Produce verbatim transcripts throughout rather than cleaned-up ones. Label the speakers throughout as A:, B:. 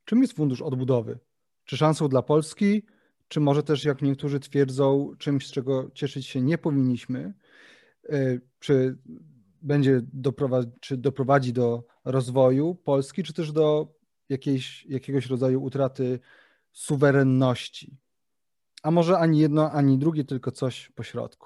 A: Czym jest Fundusz Odbudowy? Czy szansą dla Polski, czy może też, jak niektórzy twierdzą, czymś, z czego cieszyć się nie powinniśmy? Czy będzie doprowadzi, czy doprowadzi do rozwoju Polski, czy też do jakiejś, jakiegoś rodzaju utraty suwerenności? A może ani jedno, ani drugie, tylko coś pośrodku.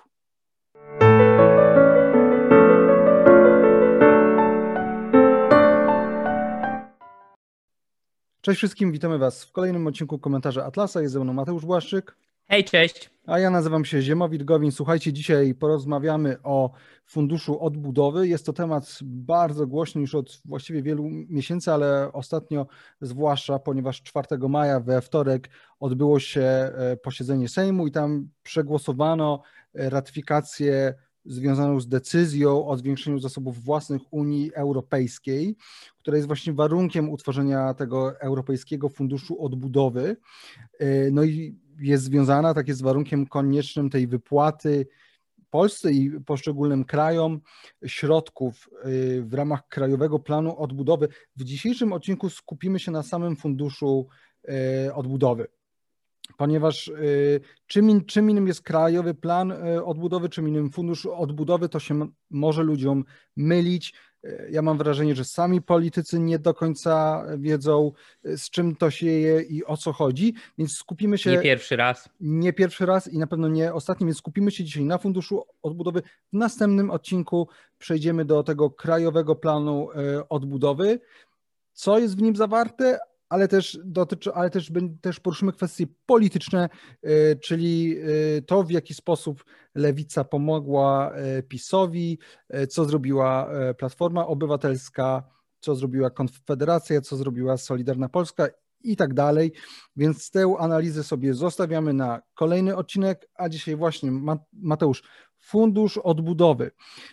A: Cześć wszystkim, witamy Was w kolejnym odcinku Komentarza Atlasa. Jest ze mną Mateusz Błaszczyk.
B: Hej, cześć.
A: A ja nazywam się Ziemowit Gowin. Słuchajcie, dzisiaj porozmawiamy o Funduszu Odbudowy. Jest to temat bardzo głośny już od właściwie wielu miesięcy, ale ostatnio zwłaszcza, ponieważ czwartego maja we wtorek odbyło się posiedzenie Sejmu i tam przegłosowano ratyfikację związaną z decyzją o zwiększeniu zasobów własnych Unii Europejskiej, która jest właśnie warunkiem utworzenia tego Europejskiego Funduszu Odbudowy. No i jest związana, tak jest, z warunkiem koniecznym tej wypłaty Polsce i poszczególnym krajom środków w ramach Krajowego Planu Odbudowy. W dzisiejszym odcinku skupimy się na samym Funduszu Odbudowy, ponieważ czym, czym innym jest Krajowy Plan Odbudowy, czym innym Fundusz Odbudowy, to się może ludziom mylić. Ja mam wrażenie, że sami politycy nie do końca wiedzą, z czym to się je i o co chodzi, więc skupimy się...
B: Nie pierwszy raz.
A: Nie pierwszy raz i na pewno nie ostatni, więc skupimy się dzisiaj na Funduszu Odbudowy. W następnym odcinku przejdziemy do tego Krajowego Planu Odbudowy, co jest w nim zawarte, ale też dotyczy, ale też, też poruszymy kwestie polityczne, czyli to, w jaki sposób Lewica pomogła PiS-owi, co zrobiła Platforma Obywatelska, co zrobiła Konfederacja, co zrobiła Solidarna Polska i tak dalej. Więc tę analizę sobie zostawiamy na kolejny odcinek, a dzisiaj właśnie Mateusz, Fundusz Odbudowy.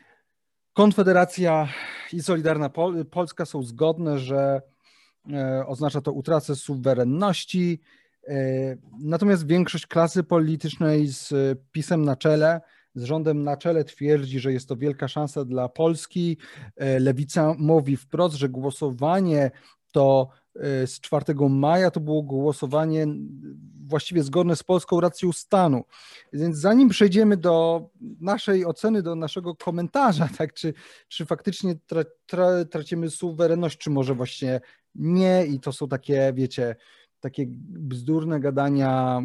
A: Konfederacja i Solidarna Polska są zgodne, że oznacza to utratę suwerenności, natomiast większość klasy politycznej z PiS-em na czele, z rządem na czele twierdzi, że jest to wielka szansa dla Polski. Lewica mówi wprost, że głosowanie to z czwartego maja to było głosowanie właściwie zgodne z polską racją stanu. Więc zanim przejdziemy do naszej oceny, do naszego komentarza, tak, czy, czy faktycznie tra, tra, tracimy suwerenność, czy może właśnie nie i to są takie, wiecie, takie bzdurne gadania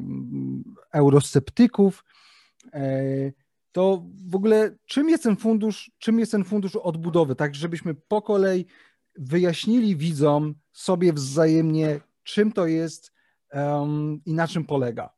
A: eurosceptyków, to w ogóle czym jest ten fundusz, czym jest ten fundusz odbudowy, tak żebyśmy po kolei wyjaśnili widzom, sobie wzajemnie, czym to jest um, i na czym polega.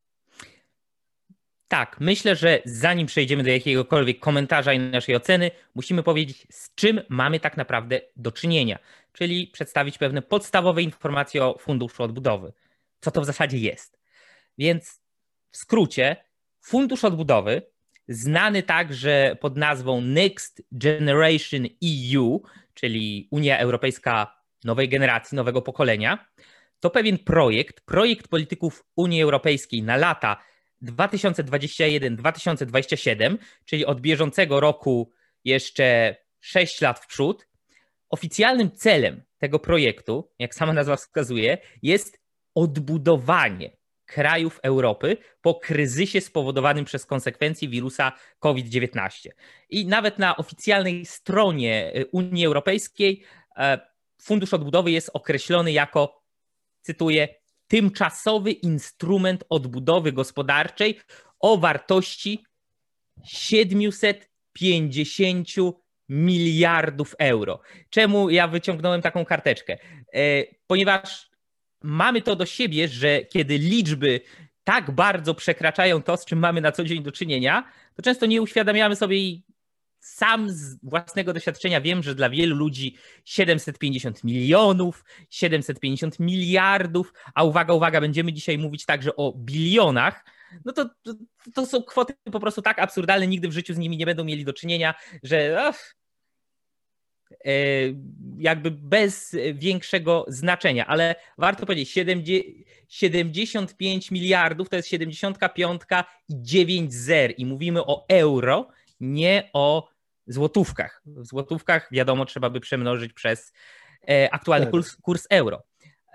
B: Tak, myślę, że zanim przejdziemy do jakiegokolwiek komentarza i naszej oceny, musimy powiedzieć, z czym mamy tak naprawdę do czynienia, czyli przedstawić pewne podstawowe informacje o Funduszu Odbudowy. Co to w zasadzie jest? Więc w skrócie, Fundusz Odbudowy, znany także pod nazwą Next Generation E U, czyli Unia Europejska nowej generacji, nowego pokolenia, to pewien projekt, projekt polityków Unii Europejskiej na lata dwa tysiące dwudziesty pierwszy do dwa tysiące dwudziestego siódmego, czyli od bieżącego roku jeszcze sześć lat w przód. Oficjalnym celem tego projektu, jak sama nazwa wskazuje, jest odbudowanie krajów Europy po kryzysie spowodowanym przez konsekwencje wirusa COVID dziewiętnaście. I nawet na oficjalnej stronie Unii Europejskiej Fundusz Odbudowy jest określony jako, cytuję, tymczasowy instrument odbudowy gospodarczej o wartości siedemset pięćdziesiąt miliardów euro. Czemu ja wyciągnąłem taką karteczkę? Ponieważ mamy to do siebie, że kiedy liczby tak bardzo przekraczają to, z czym mamy na co dzień do czynienia, to często nie uświadamiamy sobie i sam z własnego doświadczenia wiem, że dla wielu ludzi siedemset pięćdziesiąt milionów, siedemset pięćdziesiąt miliardów, a uwaga, uwaga, będziemy dzisiaj mówić także o bilionach, no to, to, to są kwoty po prostu tak absurdalne, nigdy w życiu z nimi nie będą mieli do czynienia, że ach, e, jakby bez większego znaczenia, ale warto powiedzieć, siedemdziesiąt pięć miliardów to jest siedemdziesiąt pięć i dziewięć zer i mówimy o euro, nie o złotówkach. W złotówkach wiadomo trzeba by przemnożyć przez aktualny kurs, kurs euro.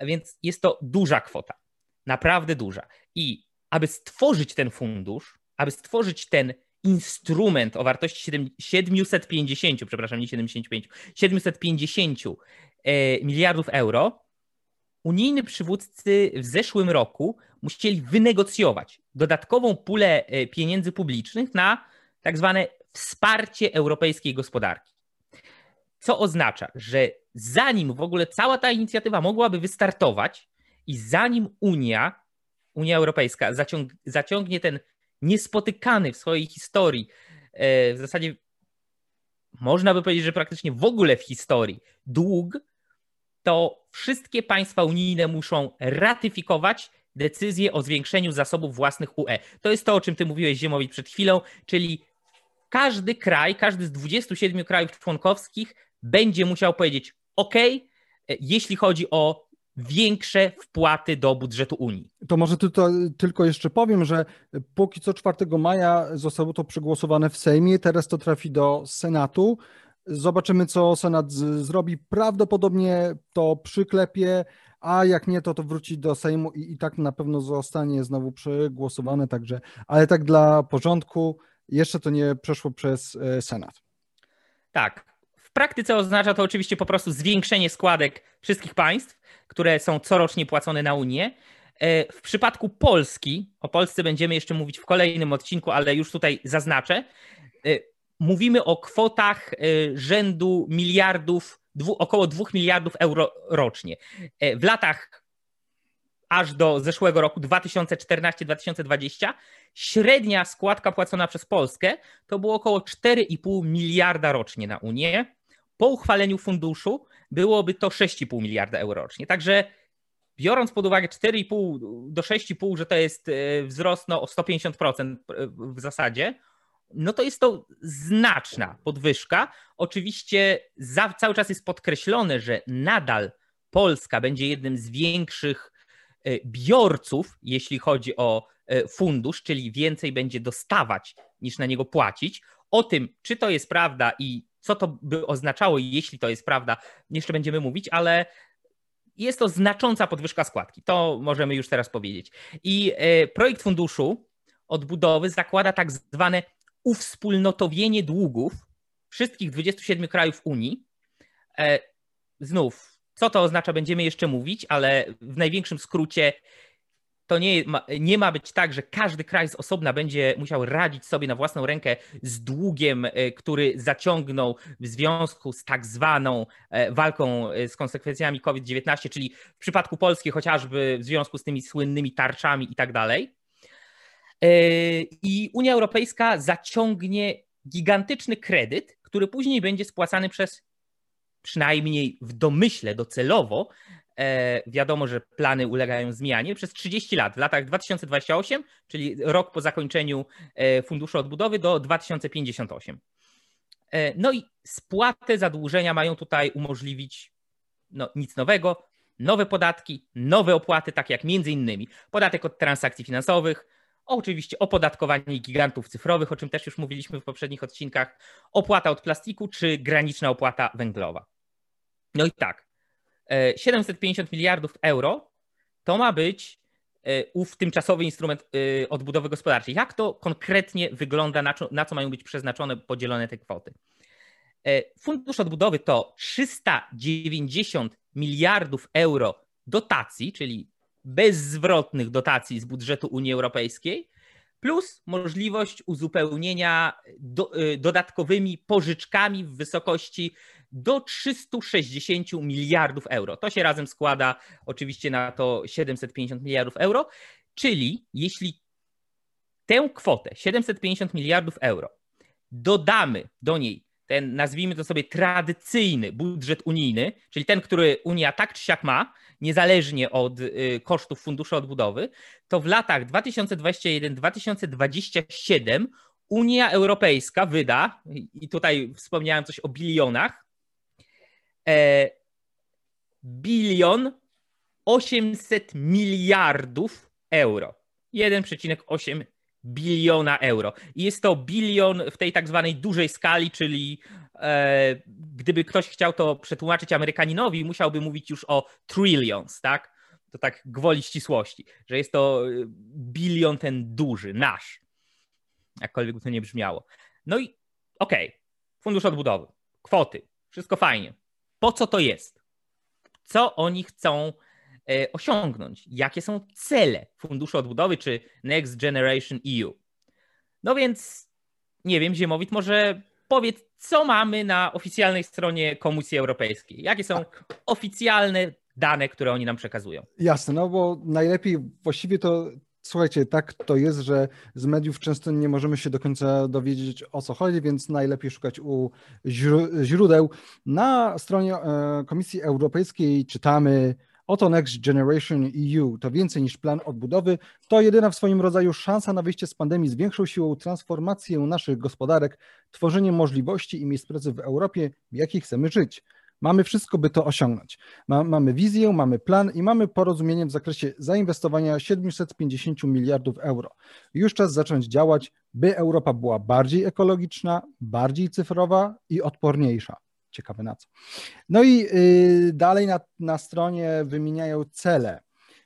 B: Więc jest to duża kwota, naprawdę duża. I aby stworzyć ten fundusz, aby stworzyć ten instrument o wartości siedemset pięćdziesiąt, przepraszam, nie siedemdziesiąt pięć, siedemset pięćdziesiąt miliardów euro, unijni przywódcy w zeszłym roku musieli wynegocjować dodatkową pulę pieniędzy publicznych na tak zwane wsparcie europejskiej gospodarki. Co oznacza, że zanim w ogóle cała ta inicjatywa mogłaby wystartować i zanim Unia, Unia Europejska zaciąg, zaciągnie ten niespotykany w swojej historii, w zasadzie można by powiedzieć, że praktycznie w ogóle w historii dług, to wszystkie państwa unijne muszą ratyfikować decyzję o zwiększeniu zasobów własnych U E. To jest to, o czym ty mówiłeś, Ziemowit, przed chwilą, czyli każdy kraj, każdy z dwudziestu siedmiu krajów członkowskich będzie musiał powiedzieć OK, jeśli chodzi o większe wpłaty do budżetu Unii.
A: To może to, tylko jeszcze powiem, że póki co czwartego maja zostało to przegłosowane w Sejmie, teraz to trafi do Senatu. Zobaczymy, co Senat z, zrobi. Prawdopodobnie to przyklepie, a jak nie, to to wróci do Sejmu i, i tak na pewno zostanie znowu przegłosowane. Także, ale tak dla porządku, jeszcze to nie przeszło przez Senat.
B: Tak. W praktyce oznacza to oczywiście po prostu zwiększenie składek wszystkich państw, które są corocznie płacone na Unię. W przypadku Polski, o Polsce będziemy jeszcze mówić w kolejnym odcinku, ale już tutaj zaznaczę, mówimy o kwotach rzędu miliardów, około dwóch miliardów euro rocznie. W latach aż do zeszłego roku, dwa tysiące czternasty do dwa tysiące dwudziestego, średnia składka płacona przez Polskę to było około cztery i pół miliarda rocznie na Unię. Po uchwaleniu funduszu byłoby to sześć i pół miliarda euro rocznie. Także biorąc pod uwagę cztery i pół do sześć i pół, że to jest wzrost no, o sto pięćdziesiąt procent w zasadzie, no to jest to znaczna podwyżka. Oczywiście za, cały czas jest podkreślone, że nadal Polska będzie jednym z większych biorców, jeśli chodzi o fundusz, czyli więcej będzie dostawać niż na niego płacić. O tym, czy to jest prawda i co to by oznaczało, jeśli to jest prawda, jeszcze będziemy mówić, ale jest to znacząca podwyżka składki. To możemy już teraz powiedzieć. I projekt funduszu odbudowy zakłada tak zwane uwspólnotowienie długów wszystkich dwudziestu siedmiu krajów Unii. Znów, co to oznacza, będziemy jeszcze mówić, ale w największym skrócie to nie ma, nie ma być tak, że każdy kraj z osobna będzie musiał radzić sobie na własną rękę z długiem, który zaciągnął w związku z tak zwaną walką z konsekwencjami COVID dziewiętnaście, czyli w przypadku Polski chociażby w związku z tymi słynnymi tarczami i tak dalej. I Unia Europejska zaciągnie gigantyczny kredyt, który później będzie spłacany przez, przynajmniej w domyśle docelowo, wiadomo, że plany ulegają zmianie, przez trzydzieści lat, w latach dwa tysiące dwudziestym ósmym, czyli rok po zakończeniu Funduszu Odbudowy, do dwa tysiące pięćdziesiątego ósmego. No i spłatę zadłużenia mają tutaj umożliwić no, nic nowego, nowe podatki, nowe opłaty, tak jak między innymi podatek od transakcji finansowych, oczywiście opodatkowanie gigantów cyfrowych, o czym też już mówiliśmy w poprzednich odcinkach, opłata od plastiku czy graniczna opłata węglowa. No i tak, siedemset pięćdziesiąt miliardów euro to ma być ów tymczasowy instrument odbudowy gospodarczej. Jak to konkretnie wygląda, na co, na co mają być przeznaczone, podzielone te kwoty? Fundusz Odbudowy to trzysta dziewięćdziesiąt miliardów euro dotacji, czyli bezzwrotnych dotacji z budżetu Unii Europejskiej, plus możliwość uzupełnienia do, dodatkowymi pożyczkami w wysokości do trzysta sześćdziesiąt miliardów euro. To się razem składa oczywiście na to siedemset pięćdziesiąt miliardów euro, czyli jeśli tę kwotę siedemset pięćdziesiąt miliardów euro dodamy do niej ten, nazwijmy to sobie, tradycyjny budżet unijny, czyli ten, który Unia tak czy siak ma, niezależnie od kosztów Funduszu Odbudowy, to w latach dwa tysiące dwudziestym pierwszym do dwa tysiące dwudziestego siódmego Unia Europejska wyda, i tutaj wspomniałem coś o bilionach, e, bilion osiemset miliardów euro. jeden przecinek osiem biliona euro. I jest to bilion w tej tak zwanej dużej skali, czyli e, gdyby ktoś chciał to przetłumaczyć Amerykaninowi, musiałby mówić już o trillions, tak? to tak gwoli ścisłości, że jest to bilion ten duży, nasz, jakkolwiek by to nie brzmiało. No i okej, okay. Fundusz Odbudowy, kwoty, wszystko fajnie. Po co to jest? Co oni chcą e, osiągnąć? Jakie są cele Funduszu Odbudowy czy Next Generation E U? No więc, nie wiem, Ziemowit, może powiedz, co mamy na oficjalnej stronie Komisji Europejskiej? Jakie są oficjalne dane, które oni nam przekazują?
A: Jasne, no bo najlepiej właściwie to, słuchajcie, tak to jest, że z mediów często nie możemy się do końca dowiedzieć, o co chodzi, więc najlepiej szukać u źródeł. Na stronie Komisji Europejskiej czytamy: oto Next Generation E U, to więcej niż plan odbudowy, to jedyna w swoim rodzaju szansa na wyjście z pandemii z większą siłą, transformację naszych gospodarek, tworzenie możliwości i miejsc pracy w Europie, w jakiej chcemy żyć. Mamy wszystko, by to osiągnąć. Ma, mamy wizję, mamy plan i mamy porozumienie w zakresie zainwestowania siedemset pięćdziesiąt miliardów euro. Już czas zacząć działać, by Europa była bardziej ekologiczna, bardziej cyfrowa i odporniejsza. Ciekawe na co. No i y, dalej na, na stronie wymieniają cele.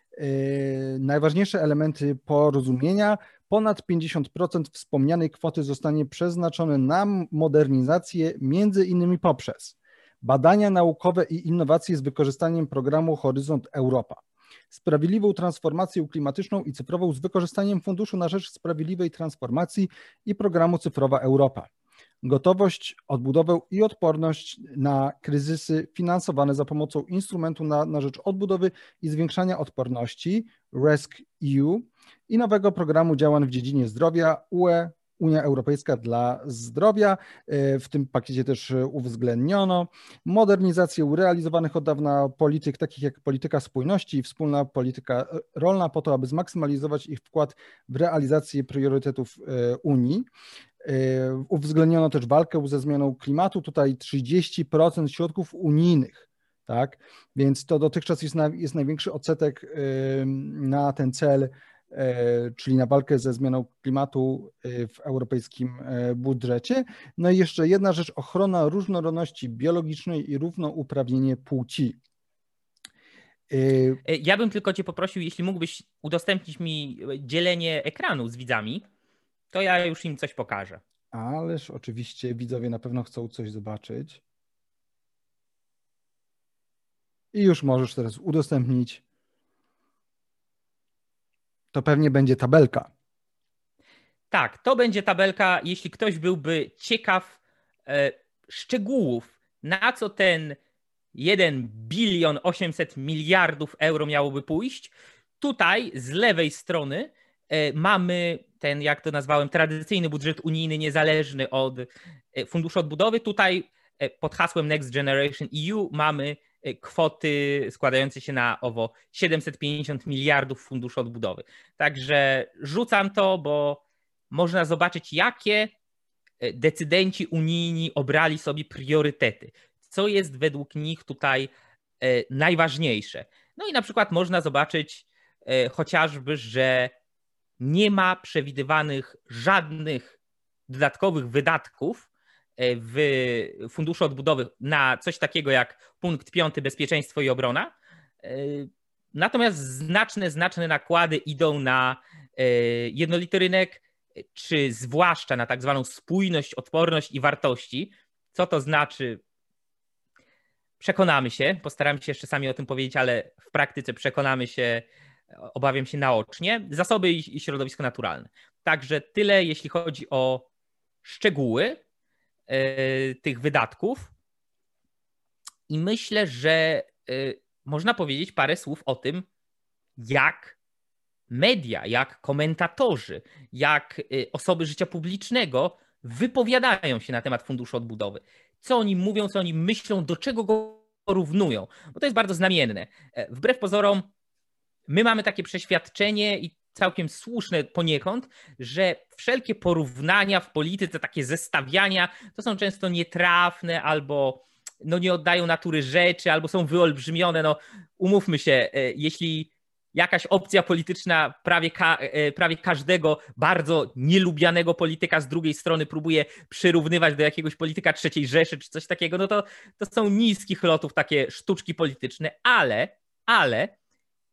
A: Y, najważniejsze elementy porozumienia. Ponad pięćdziesiąt procent wspomnianej kwoty zostanie przeznaczone na modernizację, między innymi poprzez badania naukowe i innowacje z wykorzystaniem programu Horyzont Europa, sprawiedliwą transformację klimatyczną i cyfrową z wykorzystaniem Funduszu na rzecz Sprawiedliwej Transformacji i programu Cyfrowa Europa, gotowość, odbudowę i odporność na kryzysy finansowane za pomocą instrumentu na, na rzecz odbudowy i zwiększania odporności RESC-E U i nowego programu działań w dziedzinie zdrowia U E, Unia Europejska dla Zdrowia. W tym pakiecie też uwzględniono modernizację realizowanych od dawna polityk, takich jak polityka spójności i wspólna polityka rolna, po to, aby zmaksymalizować ich wkład w realizację priorytetów Unii. Uwzględniono też walkę ze zmianą klimatu, tutaj trzydzieści procent środków unijnych, tak? Więc to dotychczas jest, na, jest największy odsetek na ten cel, czyli na walkę ze zmianą klimatu w europejskim budżecie. No i jeszcze jedna rzecz, ochrona różnorodności biologicznej i równouprawnienie płci.
B: Ja bym tylko Cię poprosił, jeśli mógłbyś udostępnić mi dzielenie ekranu z widzami, to ja już im coś pokażę.
A: Ależ oczywiście widzowie na pewno chcą coś zobaczyć. I już możesz teraz udostępnić. To pewnie będzie tabelka.
B: Tak, to będzie tabelka. Jeśli ktoś byłby ciekaw e, szczegółów, na co ten jeden bilion osiemset miliardów euro miałoby pójść, tutaj z lewej strony e, mamy ten, jak to nazwałem, tradycyjny budżet unijny niezależny od e, Funduszu Odbudowy. Tutaj e, pod hasłem Next Generation E U mamy kwoty składające się na owo siedemset pięćdziesiąt miliardów Funduszu Odbudowy. Także rzucam to, bo można zobaczyć, jakie decydenci unijni obrali sobie priorytety. Co jest według nich tutaj najważniejsze. No i na przykład można zobaczyć chociażby, że nie ma przewidywanych żadnych dodatkowych wydatków w Funduszu Odbudowy na coś takiego jak punkt piąty bezpieczeństwo i obrona. Natomiast znaczne, znaczne nakłady idą na jednolity rynek, czy zwłaszcza na tak zwaną spójność, odporność i wartości. Co to znaczy? Przekonamy się, postaramy się jeszcze sami o tym powiedzieć, ale w praktyce przekonamy się, obawiam się, naocznie. Zasoby i środowisko naturalne. Także tyle, jeśli chodzi o szczegóły tych wydatków. I myślę, że można powiedzieć parę słów o tym, jak media, jak komentatorzy, jak osoby życia publicznego wypowiadają się na temat Funduszu Odbudowy. Co oni mówią, co oni myślą, do czego go porównują. Bo to jest bardzo znamienne. Wbrew pozorom, my mamy takie przeświadczenie i całkiem słuszne poniekąd, że wszelkie porównania w polityce, takie zestawiania, to są często nietrafne albo no nie oddają natury rzeczy, albo są wyolbrzymione. No, umówmy się, jeśli jakaś opcja polityczna prawie, ka prawie każdego bardzo nielubianego polityka z drugiej strony próbuje przyrównywać do jakiegoś polityka trzeciej Rzeszy czy coś takiego, no to, to są niskich lotów takie sztuczki polityczne, ale, ale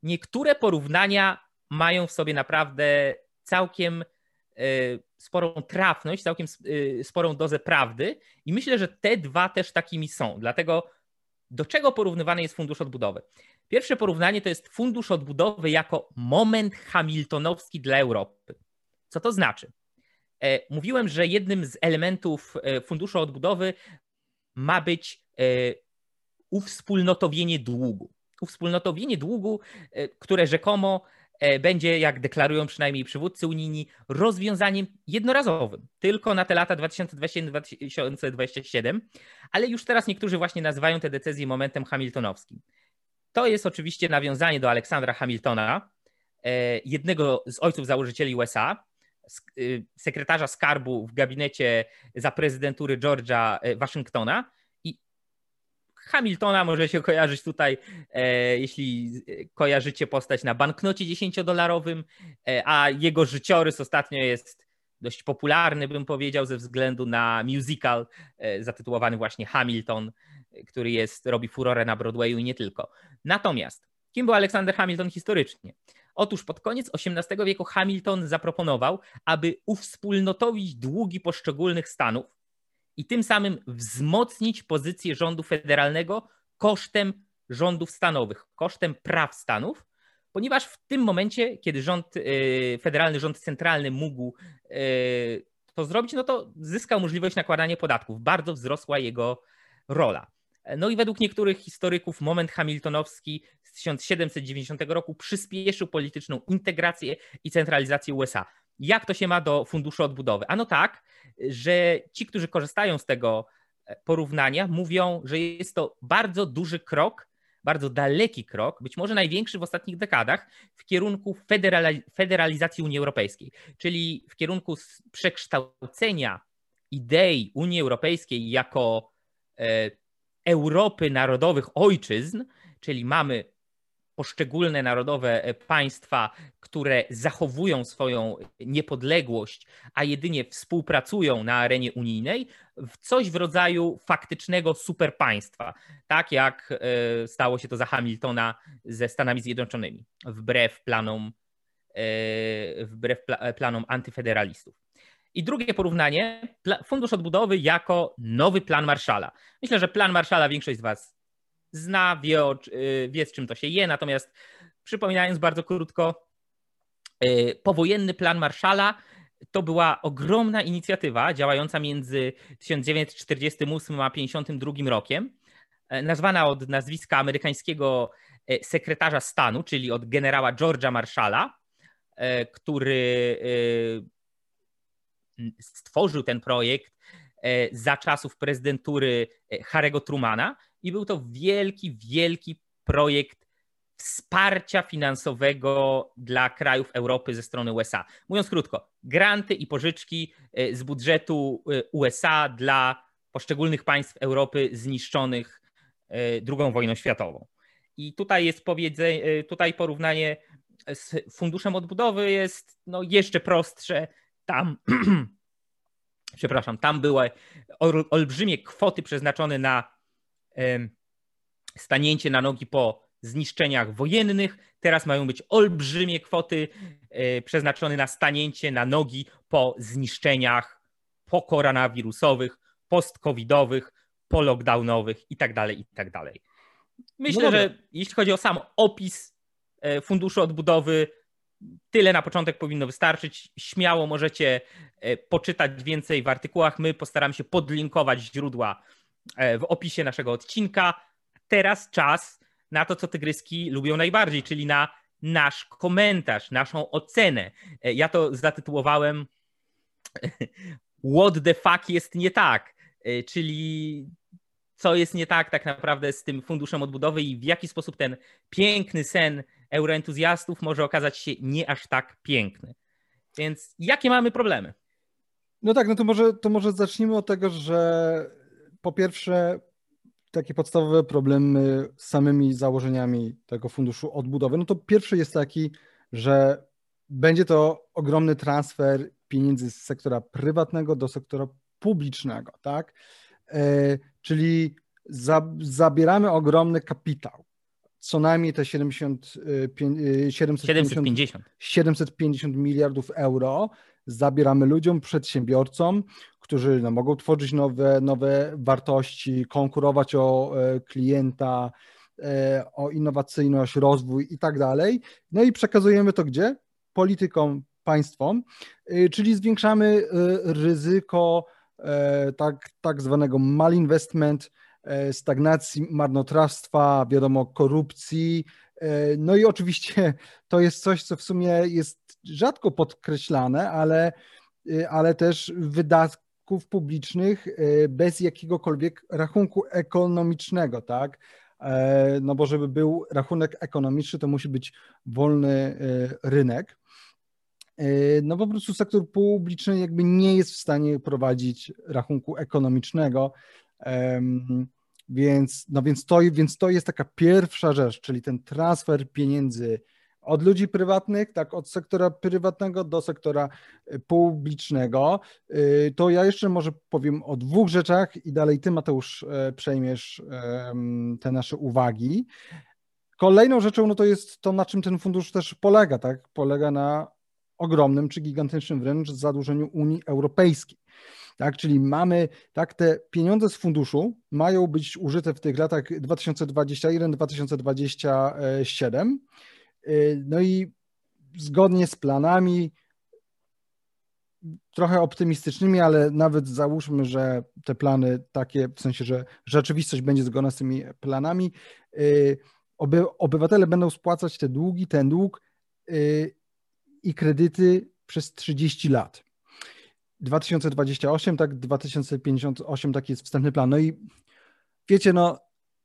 B: niektóre porównania mają w sobie naprawdę całkiem sporą trafność, całkiem sporą dozę prawdy i myślę, że te dwa też takimi są. Dlatego do czego porównywany jest Fundusz Odbudowy? Pierwsze porównanie to jest Fundusz Odbudowy jako moment hamiltonowski dla Europy. Co to znaczy? Mówiłem, że jednym z elementów Funduszu Odbudowy ma być uwspólnotowienie długu. Uwspólnotowienie długu, które rzekomo będzie, jak deklarują przynajmniej przywódcy unijni, rozwiązaniem jednorazowym, tylko na te lata dwa tysiące dwudziesty siódmy do dwa tysiące dwudziestego siódmego, ale już teraz niektórzy właśnie nazywają te decyzje momentem hamiltonowskim. To jest oczywiście nawiązanie do Aleksandra Hamiltona, jednego z ojców założycieli U S A, sekretarza skarbu w gabinecie za prezydentury George'a Waszyngtona. I Hamiltona może się kojarzyć tutaj, jeśli kojarzycie postać na banknocie dziesięciodolarowym, a jego życiorys ostatnio jest dość popularny, bym powiedział, ze względu na musical zatytułowany właśnie Hamilton, który jest, robi furorę na Broadwayu i nie tylko. Natomiast kim był Aleksander Hamilton historycznie? Otóż pod koniec osiemnastego wieku Hamilton zaproponował, aby uwspólnotowić długi poszczególnych stanów i tym samym wzmocnić pozycję rządu federalnego kosztem rządów stanowych, kosztem praw stanów, ponieważ w tym momencie, kiedy rząd federalny, rząd centralny mógł to zrobić, no to zyskał możliwość nakładania podatków. Bardzo wzrosła jego rola. No i według niektórych historyków moment hamiltonowski z tysiąc siedemset dziewięćdziesiątego roku przyspieszył polityczną integrację i centralizację U S A. Jak to się ma do Funduszu Odbudowy? Ano tak, że ci, którzy korzystają z tego porównania, mówią, że jest to bardzo duży krok, bardzo daleki krok, być może największy w ostatnich dekadach, w kierunku federalizacji Unii Europejskiej, czyli w kierunku przekształcenia idei Unii Europejskiej jako Europy narodowych ojczyzn, czyli mamy poszczególne narodowe państwa, które zachowują swoją niepodległość, a jedynie współpracują na arenie unijnej, w coś w rodzaju faktycznego superpaństwa, tak jak stało się to za Hamiltona ze Stanami Zjednoczonymi, wbrew planom, wbrew planom antyfederalistów. I drugie porównanie, Fundusz Odbudowy jako nowy plan Marshalla. Myślę, że plan Marshalla większość z Was zna, wie, o, wie z czym to się je, natomiast przypominając bardzo krótko, powojenny plan Marshalla to była ogromna inicjatywa działająca między tysiąc dziewięćset czterdziestym ósmym a tysiąc dziewięćset pięćdziesiątym drugim rokiem, nazwana od nazwiska amerykańskiego sekretarza stanu, czyli od generała George'a Marshalla, który stworzył ten projekt za czasów prezydentury Harry'ego Trumana i był to wielki, wielki projekt wsparcia finansowego dla krajów Europy ze strony U S A. Mówiąc krótko, granty i pożyczki z budżetu U S A dla poszczególnych państw Europy zniszczonych drugą wojną światową. I tutaj jest powiedzenie, tutaj porównanie z Funduszem Odbudowy jest no jeszcze prostsze. Tam, przepraszam, tam były olbrzymie kwoty przeznaczone na stanięcie na nogi po zniszczeniach wojennych. Teraz mają być olbrzymie kwoty przeznaczone na stanięcie na nogi po zniszczeniach pokoronawirusowych, post-covidowych, po-lockdownowych itd., itd. Myślę, no że jeśli chodzi o sam opis Funduszu Odbudowy, tyle na początek powinno wystarczyć. Śmiało możecie poczytać więcej w artykułach. My postaramy się podlinkować źródła w opisie naszego odcinka. Teraz czas na to, co tygryski lubią najbardziej, czyli na nasz komentarz, naszą ocenę. Ja to zatytułowałem What the fuck jest nie tak, czyli co jest nie tak tak naprawdę z tym Funduszem Odbudowy i w jaki sposób ten piękny sen euroentuzjastów może okazać się nie aż tak piękny. Więc jakie mamy problemy?
A: No tak, no to może, to może zacznijmy od tego, że po pierwsze takie podstawowe problemy z samymi założeniami tego Funduszu Odbudowy. No to pierwszy jest taki, że będzie to ogromny transfer pieniędzy z sektora prywatnego do sektora publicznego, tak? Czyli za, zabieramy ogromny kapitał. co najmniej te siedemdziesiąt, siedemset pięćdziesiąt, siedemset pięćdziesiąt miliardów euro zabieramy ludziom, przedsiębiorcom, którzy no, mogą tworzyć nowe, nowe wartości, konkurować o klienta, o innowacyjność, rozwój i tak dalej. No i przekazujemy to gdzie? Politykom, państwom, czyli zwiększamy ryzyko tak, tak zwanego malinvestment, stagnacji, marnotrawstwa, wiadomo, korupcji. No i oczywiście to jest coś, co w sumie jest rzadko podkreślane, ale, ale też wydatków publicznych bez jakiegokolwiek rachunku ekonomicznego, tak? No bo żeby był rachunek ekonomiczny, to musi być wolny rynek. No po prostu sektor publiczny jakby nie jest w stanie prowadzić rachunku ekonomicznego, więc, no więc, to, więc to jest taka pierwsza rzecz, czyli ten transfer pieniędzy od ludzi prywatnych, tak, od sektora prywatnego do sektora publicznego. To ja jeszcze może powiem o dwóch rzeczach i dalej ty, Mateusz, przejmiesz te nasze uwagi. Kolejną rzeczą no to jest to, na czym ten fundusz też polega, tak? Polega na ogromnym czy gigantycznym wręcz zadłużeniu Unii Europejskiej. Tak, czyli mamy, tak, te pieniądze z funduszu mają być użyte w tych latach dwa tysiące dwudziestym pierwszym do dwa tysiące dwudziestego siódmego. No i zgodnie z planami, trochę optymistycznymi, ale nawet załóżmy, że te plany takie, w sensie, że rzeczywistość będzie zgodna z tymi planami, oby, obywatele będą spłacać te długi, ten dług i kredyty przez trzydzieści lat. dwa tysiące dwudziesty ósmy, tak, dwa tysiące pięćdziesiąty ósmy, taki jest wstępny plan. No i wiecie, no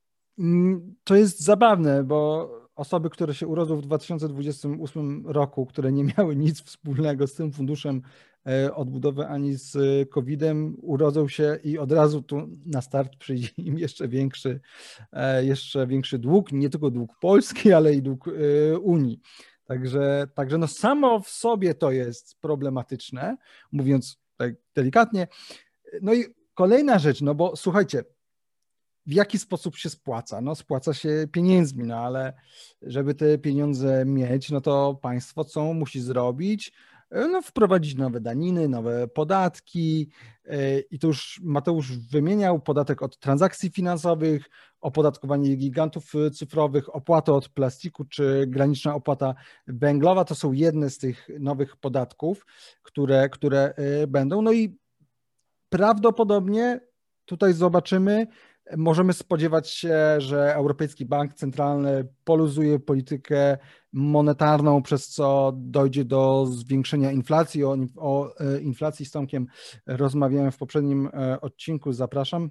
A: to jest zabawne, bo osoby, które się urodzą w dwa tysiące dwudziestym ósmym roku, które nie miały nic wspólnego z tym funduszem odbudowy ani z kowidem, urodzą się i od razu tu na start przyjdzie im jeszcze większy, jeszcze większy dług, nie tylko dług Polski, ale i dług Unii. Także, także no samo w sobie to jest problematyczne, mówiąc tak delikatnie. No i kolejna rzecz, no bo słuchajcie, w jaki sposób się spłaca? No spłaca się pieniędzmi, no ale żeby te pieniądze mieć, no to państwo co musi zrobić? No wprowadzić nowe daniny, nowe podatki i to już Mateusz wymieniał, podatek od transakcji finansowych, opodatkowanie gigantów cyfrowych, opłata od plastiku czy graniczna opłata węglowa, to są jedne z tych nowych podatków, które, które będą. No i prawdopodobnie tutaj zobaczymy, możemy spodziewać się, że Europejski Bank Centralny poluzuje politykę monetarną, przez co dojdzie do zwiększenia inflacji. O, o inflacji z Tomkiem rozmawiałem w poprzednim odcinku, zapraszam.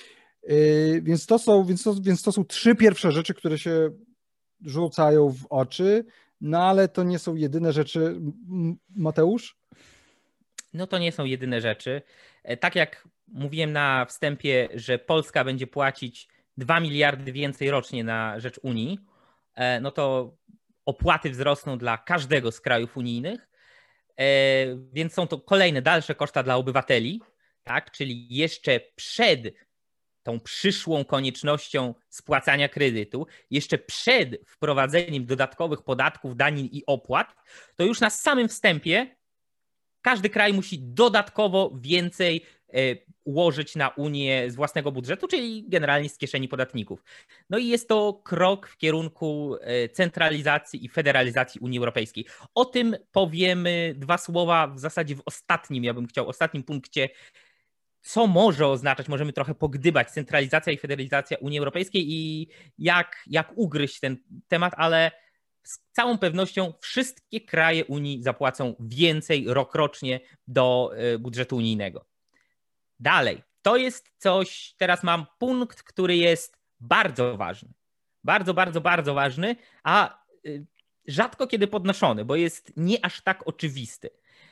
A: Więc to są, więc to, więc to są trzy pierwsze rzeczy, które się rzucają w oczy, no ale to nie są jedyne rzeczy. Mateusz?
B: No to nie są jedyne rzeczy. Tak jak mówiłem na wstępie, że Polska będzie płacić dwa miliardy więcej rocznie na rzecz Unii, no to opłaty wzrosną dla każdego z krajów unijnych, więc są to kolejne dalsze koszta dla obywateli, tak? Czyli jeszcze przed tą przyszłą koniecznością spłacania kredytu, jeszcze przed wprowadzeniem dodatkowych podatków, danin i opłat, to już na samym wstępie każdy kraj musi dodatkowo więcej ułożyć na Unię z własnego budżetu, czyli generalnie z kieszeni podatników. No i jest to krok w kierunku centralizacji i federalizacji Unii Europejskiej. O tym powiemy dwa słowa w zasadzie w ostatnim, ja bym chciał, ostatnim punkcie, co może oznaczać, możemy trochę pogdybać centralizacja i federalizacja Unii Europejskiej i jak, jak ugryźć ten temat, ale z całą pewnością wszystkie kraje Unii zapłacą więcej rokrocznie do budżetu unijnego. Dalej, to jest coś, teraz mam punkt, który jest bardzo ważny. Bardzo, bardzo, bardzo ważny, a rzadko kiedy podnoszony, bo jest nie aż tak oczywisty.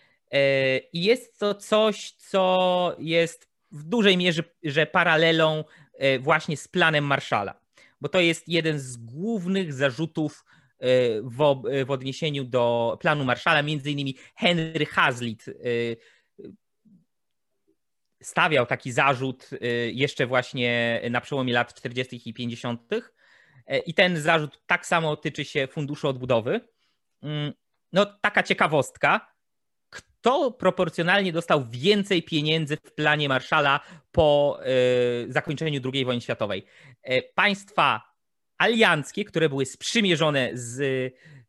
B: I jest to coś, co jest w dużej mierze że paralelą właśnie z planem Marshalla, bo to jest jeden z głównych zarzutów w, w odniesieniu do planu Marshalla. Między innymi Henry Hazlitt stawiał taki zarzut jeszcze właśnie na przełomie lat czterdziestych i pięćdziesiątych I ten zarzut tak samo tyczy się Funduszu Odbudowy. No taka ciekawostka, kto proporcjonalnie dostał więcej pieniędzy w planie Marshalla po zakończeniu drugiej wojny światowej? Państwa alianckie, które były sprzymierzone z,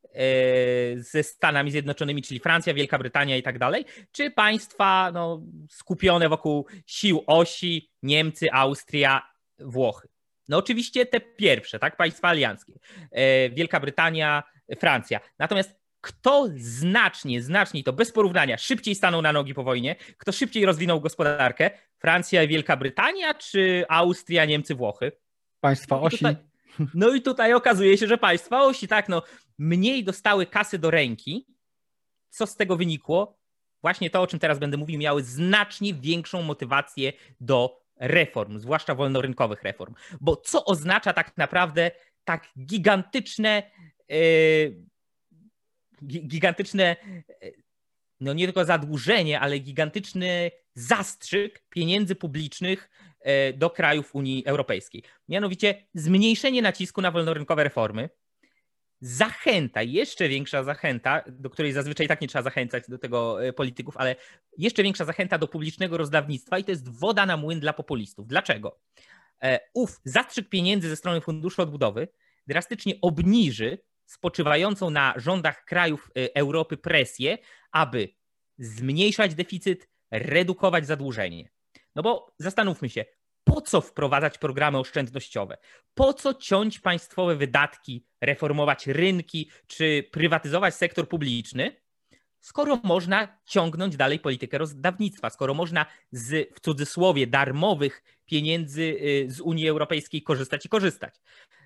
B: ze Stanami Zjednoczonymi, czyli Francja, Wielka Brytania i tak dalej, czy państwa no, skupione wokół sił osi, Niemcy, Austria, Włochy? No oczywiście te pierwsze, tak, państwa alianckie, Wielka Brytania, Francja. Natomiast kto znacznie, znacznie, to bez porównania, szybciej stanął na nogi po wojnie, kto szybciej rozwinął gospodarkę? Francja i Wielka Brytania, czy Austria, Niemcy, Włochy?
A: Państwa osi.
B: I tutaj, no i tutaj okazuje się, że państwa osi, tak, no mniej dostały kasy do ręki. Co z tego wynikło? Właśnie to, o czym teraz będę mówił, miały znacznie większą motywację do reform, zwłaszcza wolnorynkowych reform. Bo co oznacza tak naprawdę tak gigantyczne, yy, gigantyczne, no nie tylko zadłużenie, ale gigantyczny zastrzyk pieniędzy publicznych do krajów Unii Europejskiej. Mianowicie zmniejszenie nacisku na wolnorynkowe reformy, zachęta, jeszcze większa zachęta, do której zazwyczaj tak nie trzeba zachęcać do tego polityków, ale jeszcze większa zachęta do publicznego rozdawnictwa i to jest woda na młyn dla populistów. Dlaczego? Ów zastrzyk pieniędzy ze strony Funduszu Odbudowy drastycznie obniży spoczywającą na rządach krajów Europy presję, aby zmniejszać deficyt, redukować zadłużenie. No bo zastanówmy się, po co wprowadzać programy oszczędnościowe? Po co ciąć państwowe wydatki, reformować rynki czy prywatyzować sektor publiczny, skoro można ciągnąć dalej politykę rozdawnictwa, skoro można z, w cudzysłowie, darmowych pieniędzy z Unii Europejskiej korzystać i korzystać.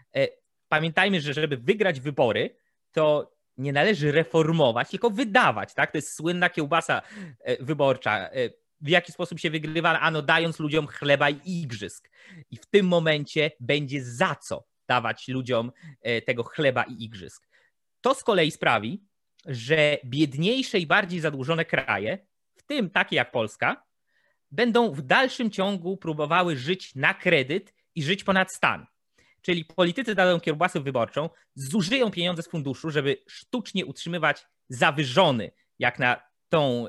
B: Pamiętajmy, że żeby wygrać wybory, to nie należy reformować, tylko wydawać. Tak? To jest słynna kiełbasa wyborcza. W jaki sposób się wygrywa? Ano dając ludziom chleba i igrzysk. I w tym momencie będzie za co dawać ludziom tego chleba i igrzysk. To z kolei sprawi, że biedniejsze i bardziej zadłużone kraje, w tym takie jak Polska, będą w dalszym ciągu próbowały żyć na kredyt i żyć ponad stan. Czyli politycy dają kiełbasę wyborczą, zużyją pieniądze z funduszu, żeby sztucznie utrzymywać zawyżony, jak na tą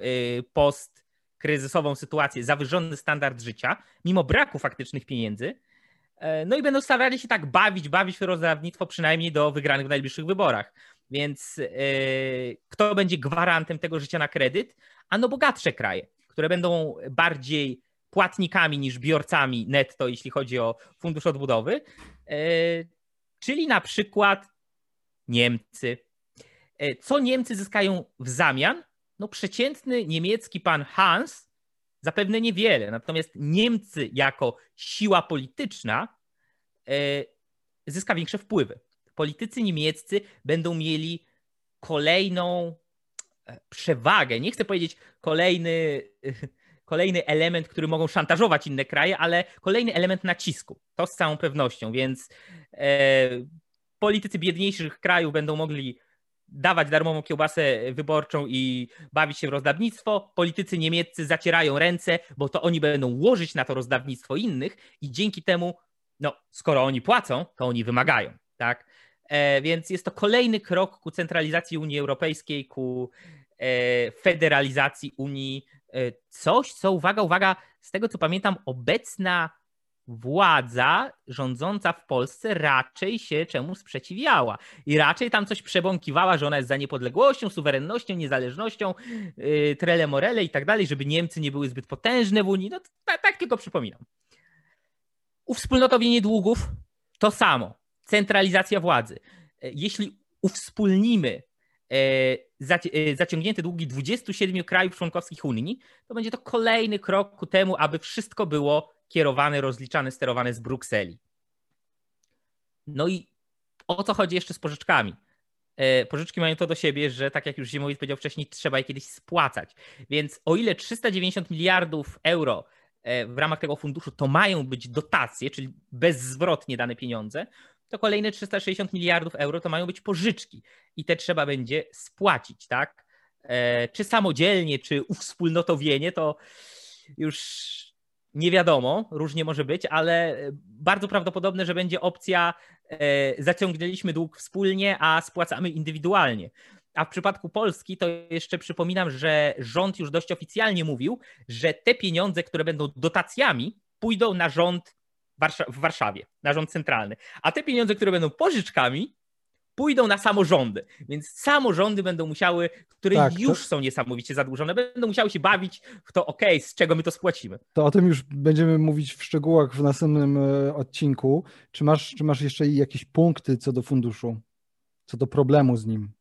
B: postkryzysową sytuację, zawyżony standard życia, mimo braku faktycznych pieniędzy. No i będą starali się tak bawić, bawić w rozdawnictwo przynajmniej do wygranych w najbliższych wyborach. Więc yy, kto będzie gwarantem tego życia na kredyt? Ano bogatsze kraje, które będą bardziej płatnikami niż biorcami netto, jeśli chodzi o Fundusz Odbudowy, yy, czyli na przykład Niemcy. Yy, co Niemcy zyskają w zamian? No przeciętny niemiecki pan Hans zapewne niewiele, natomiast Niemcy jako siła polityczna yy, zyska większe wpływy. Politycy niemieccy będą mieli kolejną przewagę. Nie chcę powiedzieć kolejny, kolejny element, który mogą szantażować inne kraje, ale kolejny element nacisku. To z całą pewnością, więc e, politycy biedniejszych krajów będą mogli dawać darmową kiełbasę wyborczą i bawić się w rozdawnictwo. Politycy niemieccy zacierają ręce, bo to oni będą łożyć na to rozdawnictwo innych i dzięki temu, no skoro oni płacą, to oni wymagają. Tak? E, więc jest to kolejny krok ku centralizacji Unii Europejskiej, ku e, federalizacji Unii. E, coś, co, uwaga, uwaga, z tego co pamiętam, obecna władza rządząca w Polsce raczej się czemu sprzeciwiała. I raczej tam coś przebąkiwała, że ona jest za niepodległością, suwerennością, niezależnością, yy, trele morele i tak dalej, żeby Niemcy nie były zbyt potężne w Unii. No tak, tak tylko przypominam. Uwspólnotowienie długów to samo. Centralizacja władzy. Jeśli uwspólnimy zaciągnięte długi dwudziestu siedmiu krajów członkowskich Unii, to będzie to kolejny krok ku temu, aby wszystko było kierowane, rozliczane, sterowane z Brukseli. No i o co chodzi jeszcze z pożyczkami? Pożyczki mają to do siebie, że tak jak już Ziemowit powiedział wcześniej, trzeba je kiedyś spłacać. Więc o ile trzysta dziewięćdziesiąt miliardów euro w ramach tego funduszu to mają być dotacje, czyli bezzwrotnie dane pieniądze, to kolejne trzysta sześćdziesiąt miliardów euro to mają być pożyczki i te trzeba będzie spłacić, tak? E, czy samodzielnie, czy uwspólnotowienie, to już nie wiadomo, różnie może być, ale bardzo prawdopodobne, że będzie opcja zaciągnęliśmy dług wspólnie, a spłacamy indywidualnie. A w przypadku Polski to jeszcze przypominam, że rząd już dość oficjalnie mówił, że te pieniądze, które będą dotacjami, pójdą na rząd w Warszawie, na rząd centralny. A te pieniądze, które będą pożyczkami, pójdą na samorządy. Więc samorządy będą musiały, które tak, już to... są niesamowicie zadłużone, będą musiały się bawić w to, okej, okay, z czego my to spłacimy.
A: To o tym już będziemy mówić w szczegółach w następnym odcinku. Czy masz, czy masz jeszcze jakieś punkty co do funduszu, co do problemu z nim?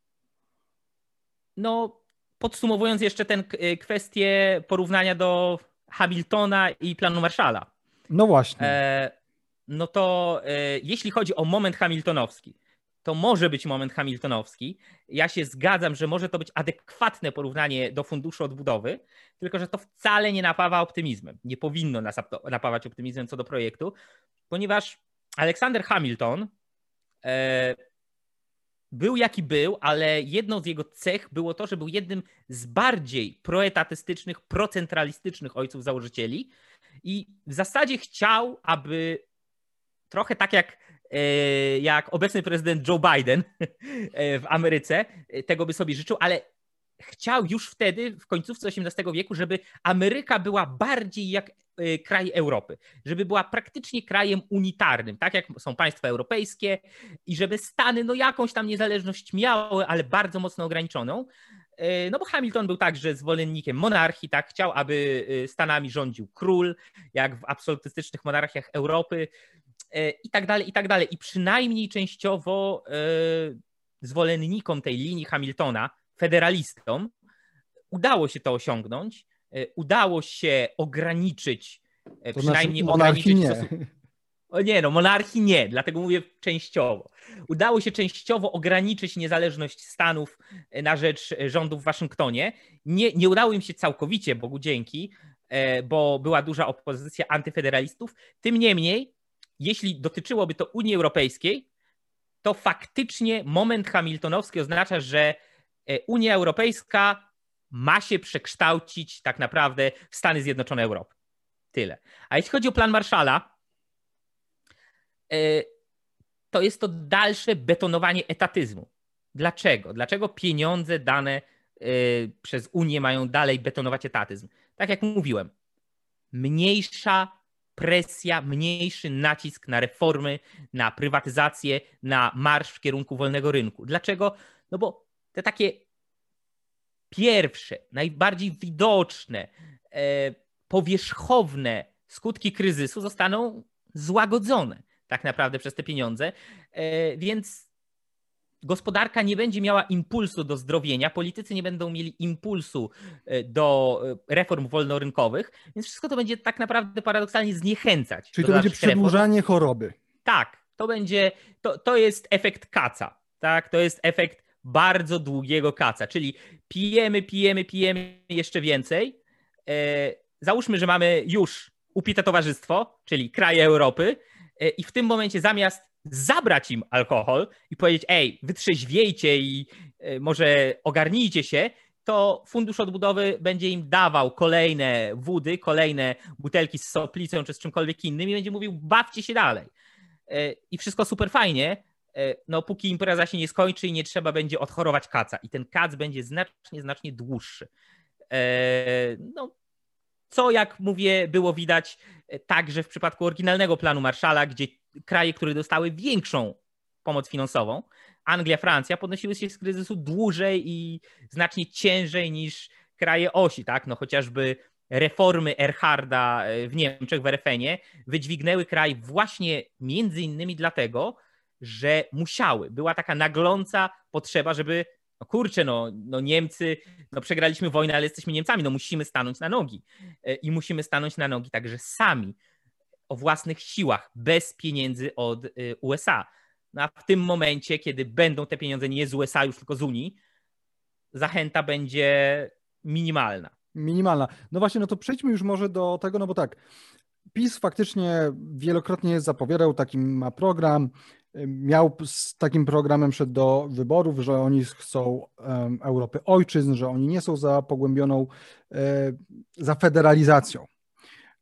B: No, podsumowując jeszcze tę kwestię porównania do Hamiltona i planu Marshalla.
A: No właśnie.
B: E, no to e, jeśli chodzi o moment hamiltonowski, to może być moment hamiltonowski. Ja się zgadzam, że może to być adekwatne porównanie do Funduszu Odbudowy, tylko że to wcale nie napawa optymizmem. Nie powinno nas napawać optymizmem co do projektu, ponieważ Alexander Hamilton e, był jaki był, ale jedną z jego cech było to, że był jednym z bardziej proetatystycznych, procentralistycznych ojców założycieli i w zasadzie chciał, aby trochę tak jak, jak obecny prezydent Joe Biden w Ameryce, tego by sobie życzył, ale chciał już wtedy, w końcówce osiemnastego wieku, żeby Ameryka była bardziej jak kraj Europy, żeby była praktycznie krajem unitarnym, tak jak są państwa europejskie i żeby Stany no jakąś tam niezależność miały, ale bardzo mocno ograniczoną. No bo Hamilton był także zwolennikiem monarchii, tak, chciał, aby Stanami rządził król, jak w absolutystycznych monarchiach Europy i tak dalej, i tak dalej. I przynajmniej częściowo zwolennikom tej linii Hamiltona, federalistom, udało się to osiągnąć, udało się ograniczyć,
A: to
B: przynajmniej
A: znaczy, ograniczyć nie.
B: Stosu... O nie, no monarchii nie, dlatego mówię częściowo. Udało się częściowo ograniczyć niezależność Stanów na rzecz rządu w Waszyngtonie. Nie, nie udało im się całkowicie, Bogu dzięki, bo była duża opozycja antyfederalistów. Tym niemniej, jeśli dotyczyłoby to Unii Europejskiej, to faktycznie moment hamiltonowski oznacza, że Unia Europejska ma się przekształcić tak naprawdę w Stany Zjednoczone Europy. Tyle. A jeśli chodzi o plan Marshalla, to jest to dalsze betonowanie etatyzmu. Dlaczego? Dlaczego pieniądze dane przez Unię mają dalej betonować etatyzm? Tak jak mówiłem, mniejsza presja, mniejszy nacisk na reformy, na prywatyzację, na marsz w kierunku wolnego rynku. Dlaczego? No bo te takie pierwsze, najbardziej widoczne, powierzchowne skutki kryzysu zostaną złagodzone tak naprawdę przez te pieniądze, więc gospodarka nie będzie miała impulsu do zdrowienia, politycy nie będą mieli impulsu do reform wolnorynkowych, więc wszystko to będzie tak naprawdę paradoksalnie zniechęcać.
A: Czyli to będzie przedłużanie reform. choroby.
B: Tak, to będzie, to, to jest efekt kaca, tak, to jest efekt bardzo długiego kaca, czyli pijemy, pijemy, pijemy jeszcze więcej. Załóżmy, że mamy już upite towarzystwo, czyli kraje Europy i w tym momencie zamiast zabrać im alkohol i powiedzieć, ej, wytrzeźwiejcie i może ogarnijcie się, to Fundusz Odbudowy będzie im dawał kolejne wódy, kolejne butelki z soplicą czy z czymkolwiek innym i będzie mówił, bawcie się dalej. I wszystko super fajnie, no póki impreza się nie skończy i nie trzeba będzie odchorować kaca. I ten kac będzie znacznie, znacznie dłuższy. No, co, jak mówię, było widać także w przypadku oryginalnego planu Marshalla, gdzie kraje, które dostały większą pomoc finansową, Anglia, Francja, podnosiły się z kryzysu dłużej i znacznie ciężej niż kraje osi, tak? No chociażby reformy Erharda w Niemczech, w er ef enie, wydźwignęły kraj właśnie między innymi dlatego, że musiały. Była taka nagląca potrzeba, żeby no kurczę, no, no Niemcy, no przegraliśmy wojnę, ale jesteśmy Niemcami, no musimy stanąć na nogi. I musimy stanąć na nogi także sami, o własnych siłach, bez pieniędzy od u es a. No a w tym momencie, kiedy będą te pieniądze nie z u es a, już tylko z Unii, zachęta będzie minimalna.
A: Minimalna. No właśnie, no to przejdźmy już może do tego, no bo tak, PiS faktycznie wielokrotnie zapowiadał, taki ma program, miał z takim programem szedł do wyborów, że oni chcą um, Europy ojczyzn, że oni nie są za pogłębioną, e, za federalizacją.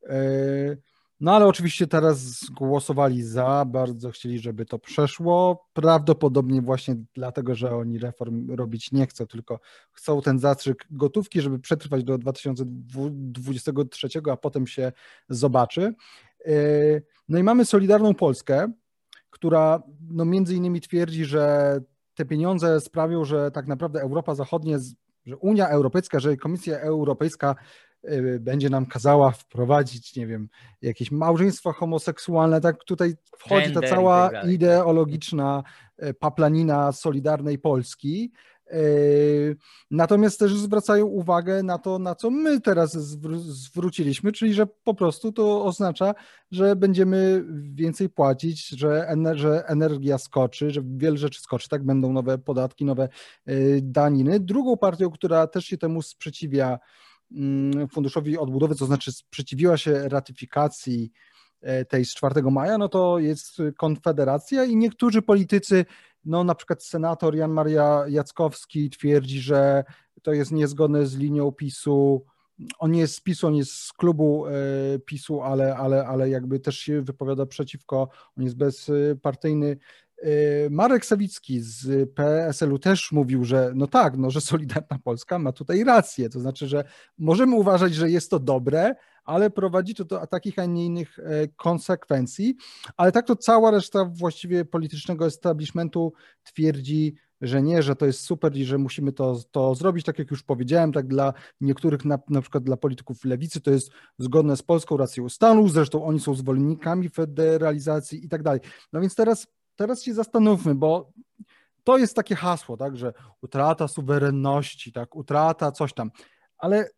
A: No ale oczywiście teraz głosowali za, bardzo chcieli, żeby to przeszło. Prawdopodobnie właśnie dlatego, że oni reform robić nie chcą, tylko chcą ten zastrzyk gotówki, żeby przetrwać do dwa tysiące dwudziestego trzeciego, a potem się zobaczy. No i mamy Solidarną Polskę, która no między innymi twierdzi, że te pieniądze sprawią, że tak naprawdę Europa Zachodnia, że Unia Europejska, że Komisja Europejska będzie nam kazała wprowadzić, nie wiem, jakieś małżeństwa homoseksualne, tak tutaj wchodzi ta cała
B: tak
A: ideologiczna paplanina Solidarnej Polski. Natomiast też zwracają uwagę na to, na co my teraz zwróciliśmy, czyli że po prostu to oznacza, że będziemy więcej płacić, że, że energia skoczy, że wiele rzeczy skoczy, tak będą nowe podatki, nowe daniny. Drugą partią, która też się temu sprzeciwia, Funduszowi Odbudowy, to znaczy sprzeciwiła się ratyfikacji tej z czwartego maja, no to jest Konfederacja i niektórzy politycy, no na przykład senator Jan Maria Jackowski twierdzi, że to jest niezgodne z linią PiSu. On nie jest z PiSu, on jest z klubu PiSu, ale, ale, ale jakby też się wypowiada przeciwko, on jest bezpartyjny. Marek Sawicki z P S L-u też mówił, że no tak, no, że Solidarna Polska ma tutaj rację, to znaczy, że możemy uważać, że jest to dobre, ale prowadzi to do takich, a nie innych konsekwencji, ale tak to cała reszta właściwie politycznego establishmentu twierdzi, że nie, że to jest super i że musimy to, to zrobić, tak jak już powiedziałem, tak dla niektórych, na, na przykład dla polityków lewicy to jest zgodne z polską racją stanu, zresztą oni są zwolennikami federalizacji i tak dalej. No więc teraz Teraz się zastanówmy, bo to jest takie hasło, tak, że utrata suwerenności, tak, utrata coś tam. Ale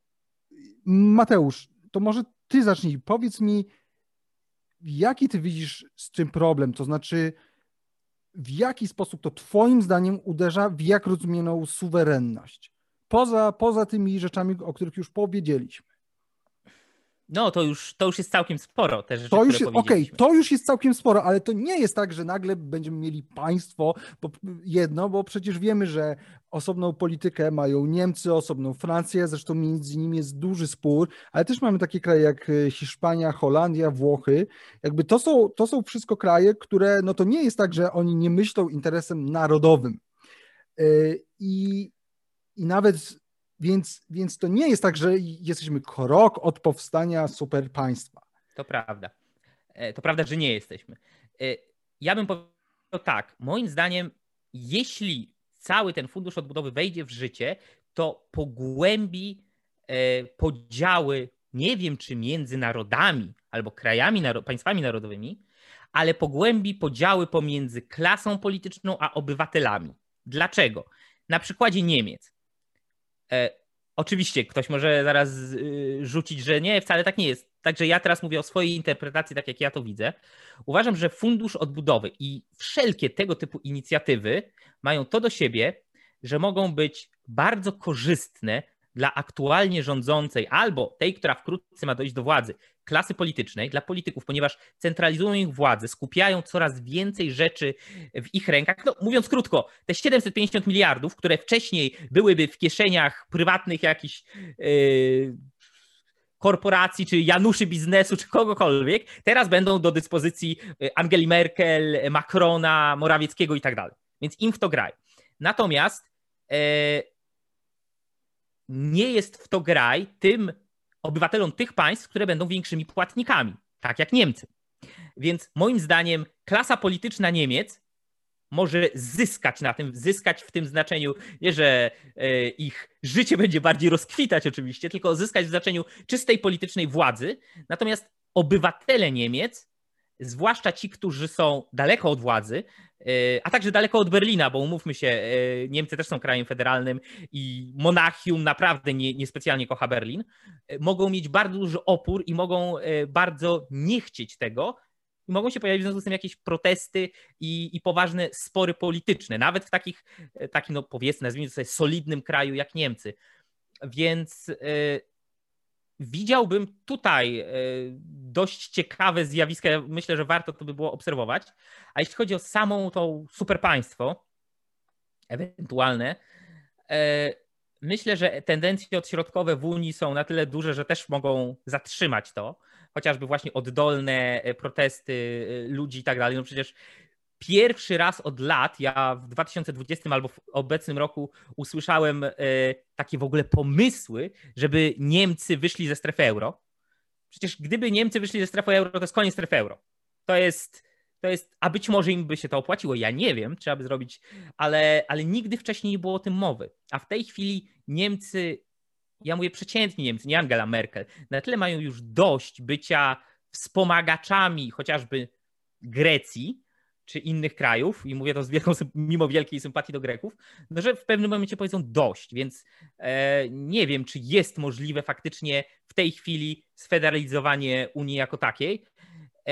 A: Mateusz, to może ty zacznij, powiedz mi, jaki ty widzisz z tym problem, to znaczy w jaki sposób to twoim zdaniem uderza w jak rozumianą suwerenność, poza, poza tymi rzeczami, o których już powiedzieliśmy.
B: No, to już, to już jest całkiem sporo, te rzeczy,
A: to już,
B: które
A: Okej,
B: powiedzieliśmy.
A: to już jest całkiem sporo, ale to nie jest tak, że nagle będziemy mieli państwo bo jedno, bo przecież wiemy, że osobną politykę mają Niemcy, osobną Francję, zresztą między nimi jest duży spór, ale też mamy takie kraje jak Hiszpania, Holandia, Włochy. Jakby to są, to są wszystko kraje, które, no to nie jest tak, że oni nie myślą interesem narodowym. I, i nawet Więc, więc to nie jest tak, że jesteśmy krok od powstania superpaństwa.
B: To prawda. To prawda, że nie jesteśmy. Ja bym powiedział tak, moim zdaniem, jeśli cały ten fundusz odbudowy wejdzie w życie, to pogłębi podziały, nie wiem czy między narodami albo krajami, państwami narodowymi, ale pogłębi podziały pomiędzy klasą polityczną a obywatelami. Dlaczego? Na przykładzie Niemiec. E, oczywiście ktoś może zaraz y, rzucić, że nie, wcale tak nie jest. Także ja teraz mówię o swojej interpretacji, tak jak ja to widzę. Uważam, że Fundusz Odbudowy i wszelkie tego typu inicjatywy mają to do siebie, że mogą być bardzo korzystne dla aktualnie rządzącej albo tej, która wkrótce ma dojść do władzy, klasy politycznej, dla polityków, ponieważ centralizują ich władzę, skupiają coraz więcej rzeczy w ich rękach. No, mówiąc krótko, te siedemset pięćdziesiąt miliardów, które wcześniej byłyby w kieszeniach prywatnych jakichś yy, korporacji, czy Januszy biznesu, czy kogokolwiek, teraz będą do dyspozycji Angeli Merkel, Macrona, Morawieckiego i tak dalej. Więc im w to graj. Natomiast yy, nie jest w to graj tym obywatelom tych państw, które będą większymi płatnikami, tak jak Niemcy. Więc moim zdaniem klasa polityczna Niemiec może zyskać na tym, zyskać w tym znaczeniu, nie że ich życie będzie bardziej rozkwitać oczywiście, tylko zyskać w znaczeniu czystej politycznej władzy. Natomiast obywatele Niemiec, zwłaszcza ci, którzy są daleko od władzy, a także daleko od Berlina, bo umówmy się, Niemcy też są krajem federalnym i Monachium naprawdę nie, niespecjalnie kocha Berlin, mogą mieć bardzo duży opór i mogą bardzo nie chcieć tego i mogą się pojawić w związku z tym jakieś protesty i, i poważne spory polityczne, nawet w takich, takim, no powiedzmy, nazwijmy to sobie, solidnym kraju jak Niemcy. Więc widziałbym tutaj dość ciekawe zjawiska. Myślę, że warto to by było obserwować. A jeśli chodzi o samą tą superpaństwo ewentualne, myślę, że tendencje odśrodkowe w Unii są na tyle duże, że też mogą zatrzymać to. chociażby właśnie oddolne protesty ludzi i tak dalej. No przecież pierwszy raz od lat, ja w dwa tysiące dwudziestym albo w obecnym roku usłyszałem takie w ogóle pomysły, żeby Niemcy wyszli ze strefy euro. Przecież gdyby Niemcy wyszli ze strefy euro, to jest koniec strefy euro. To jest, to jest, a być może im by się to opłaciło, ja nie wiem, trzeba by zrobić, ale, ale nigdy wcześniej nie było o tym mowy. A w tej chwili Niemcy, ja mówię przeciętni Niemcy, nie Angela Merkel, na tyle mają już dość bycia wspomagaczami chociażby Grecji, czy innych krajów, i mówię to z wielką, mimo wielkiej sympatii do Greków, no że w pewnym momencie powiedzą dość, więc e, nie wiem, czy jest możliwe faktycznie w tej chwili sfederalizowanie Unii jako takiej, e,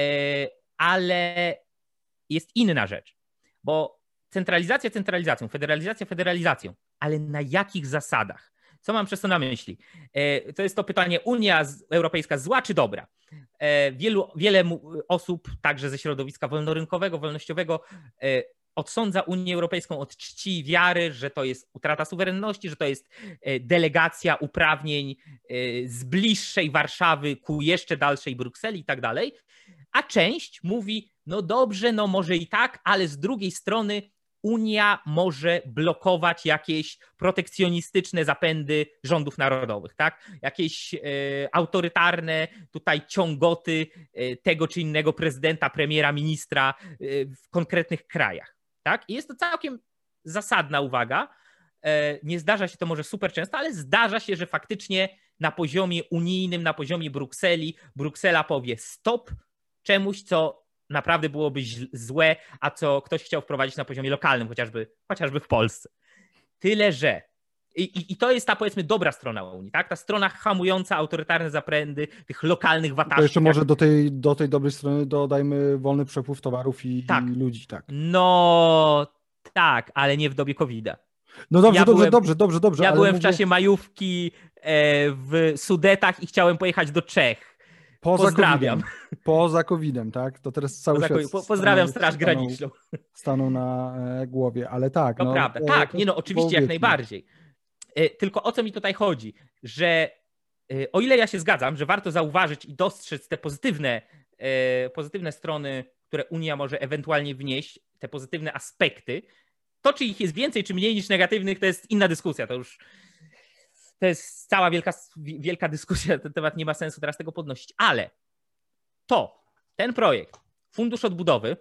B: ale jest inna rzecz, bo centralizacja centralizacją, federalizacja federalizacją, ale na jakich zasadach? Co mam przez to na myśli? E, to jest to pytanie, Unia Europejska zła czy dobra? Wielu, wiele osób, także ze środowiska wolnorynkowego, wolnościowego, odsądza Unię Europejską od czci i wiary, że to jest utrata suwerenności, że to jest delegacja uprawnień z bliższej Warszawy ku jeszcze dalszej Brukseli i tak dalej. A część mówi, no dobrze, no może i tak, ale z drugiej strony Unia może blokować jakieś protekcjonistyczne zapędy rządów narodowych, tak? Jakieś e, autorytarne tutaj ciągoty e, tego czy innego prezydenta, premiera, ministra e, w konkretnych krajach, tak? I jest to całkiem zasadna uwaga. E, nie zdarza się to może super często, ale zdarza się, że faktycznie na poziomie unijnym, na poziomie Brukseli, Bruksela powie stop czemuś, co naprawdę byłoby złe, a co ktoś chciał wprowadzić na poziomie lokalnym, chociażby, chociażby w Polsce. Tyle, że i, i, i to jest ta, powiedzmy, dobra strona Unii, tak? Ta strona hamująca autorytarne zapędy tych lokalnych wataszy.
A: To jeszcze może do tej, do tej dobrej strony dodajmy wolny przepływ towarów i,
B: tak.
A: i ludzi, tak.
B: No tak, ale nie w dobie kowida.
A: No dobrze,
B: ja
A: dobrze,
B: byłem,
A: dobrze, dobrze, dobrze.
B: Ja
A: ale
B: byłem
A: mówię...
B: w czasie majówki w Sudetach i chciałem pojechać do Czech.
A: Poza
B: Pozdrawiam.
A: kowidem, poza kowidem, tak? To teraz cały
B: Poza
A: świat
B: po, Pozdrawiam Straż
A: stanął,
B: Graniczną.
A: Staną na głowie, ale tak.
B: To
A: no,
B: prawda,
A: to,
B: tak,
A: to,
B: nie no, oczywiście jak najbardziej. Tylko o co mi tutaj chodzi, że o ile ja się zgadzam, że warto zauważyć i dostrzec te pozytywne, pozytywne strony, które Unia może ewentualnie wnieść, te pozytywne aspekty, to czy ich jest więcej, czy mniej niż negatywnych, to jest inna dyskusja, to już to jest cała wielka, wielka dyskusja na ten temat, nie ma sensu teraz tego podnosić, ale to, ten projekt, Fundusz Odbudowy,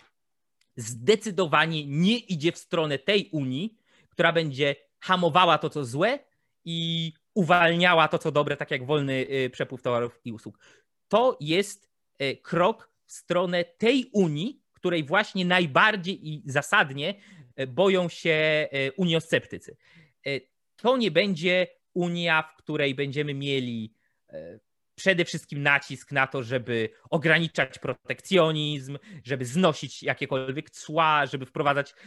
B: zdecydowanie nie idzie w stronę tej Unii, która będzie hamowała to, co złe i uwalniała to, co dobre, tak jak wolny przepływ towarów i usług. To jest krok w stronę tej Unii, której właśnie najbardziej i zasadnie boją się uniosceptycy. To nie będzie Unia, w której będziemy mieli przede wszystkim nacisk na to, żeby ograniczać protekcjonizm, żeby znosić jakiekolwiek cła, żeby wprowadzać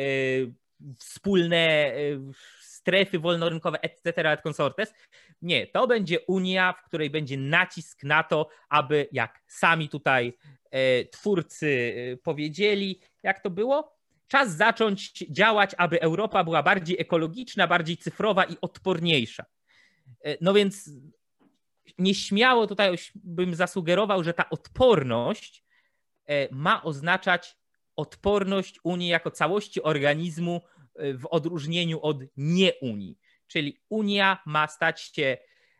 B: wspólne strefy wolnorynkowe, et cetera et consortes. Nie, to będzie Unia, w której będzie nacisk na to, aby, jak sami tutaj twórcy powiedzieli, jak to było? Czas zacząć działać, aby Europa była bardziej ekologiczna, bardziej cyfrowa i odporniejsza. No więc nieśmiało tutaj bym zasugerował, że ta odporność ma oznaczać odporność Unii jako całości organizmu w odróżnieniu od nie-Unii. Czyli Unia ma stać się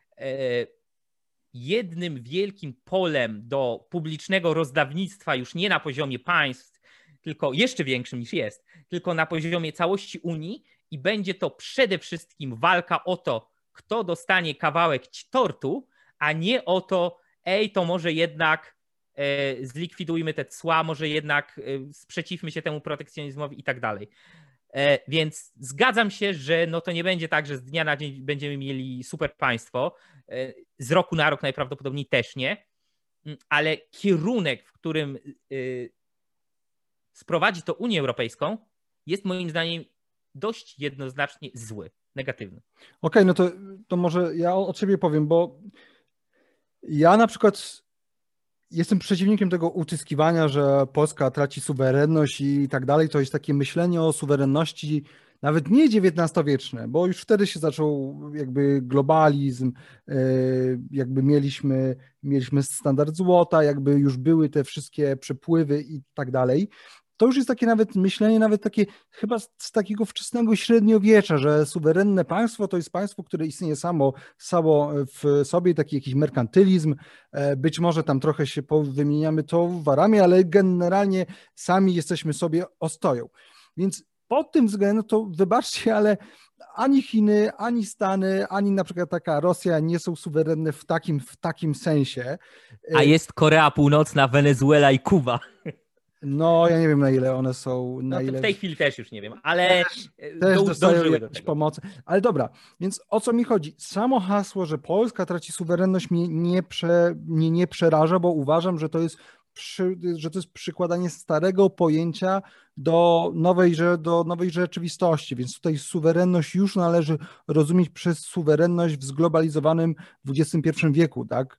B: jednym wielkim polem do publicznego rozdawnictwa już nie na poziomie państw, tylko jeszcze większym niż jest, tylko na poziomie całości Unii i będzie to przede wszystkim walka o to, kto dostanie kawałek tortu, a nie o to, ej, to może jednak e, zlikwidujmy te cła, może jednak e, sprzeciwmy się temu protekcjonizmowi i tak dalej. E, więc zgadzam się, że no to nie będzie tak, że z dnia na dzień będziemy mieli super państwo, e, z roku na rok najprawdopodobniej też nie, ale kierunek, w którym e, sprowadzi to Unię Europejską, jest moim zdaniem dość jednoznacznie zły, negatywny.
A: Okej, okay, no to, to może ja od siebie powiem, bo ja na przykład jestem przeciwnikiem tego utyskiwania, że Polska traci suwerenność i tak dalej. To jest takie myślenie o suwerenności nawet nie dziewiętnastowieczne, bo już wtedy się zaczął jakby globalizm, jakby mieliśmy, mieliśmy standard złota, jakby już były te wszystkie przepływy i tak dalej. To już jest takie nawet myślenie, nawet takie chyba z takiego wczesnego średniowiecza, że suwerenne państwo to jest państwo, które istnieje samo, samo w sobie, taki jakiś merkantylizm, być może tam trochę się wymieniamy towarami, ale generalnie sami jesteśmy sobie ostoją. Więc pod tym względem to wybaczcie, ale ani Chiny, ani Stany, ani na przykład taka Rosja nie są suwerenne w takim, w takim sensie.
B: A jest Korea Północna, Wenezuela i Kuba.
A: No, ja nie wiem, na ile one są... Na
B: no
A: ile...
B: W tej chwili też już nie wiem, ale
A: też, też
B: do,
A: dostają jakąś pomoc. Ale dobra, więc o co mi chodzi? Samo hasło, że Polska traci suwerenność mnie nie, prze, mnie nie przeraża, bo uważam, że to jest Przy, że to jest przykładanie starego pojęcia do nowej, do nowej rzeczywistości, więc tutaj suwerenność już należy rozumieć przez suwerenność w zglobalizowanym dwudziestym pierwszym wieku, tak?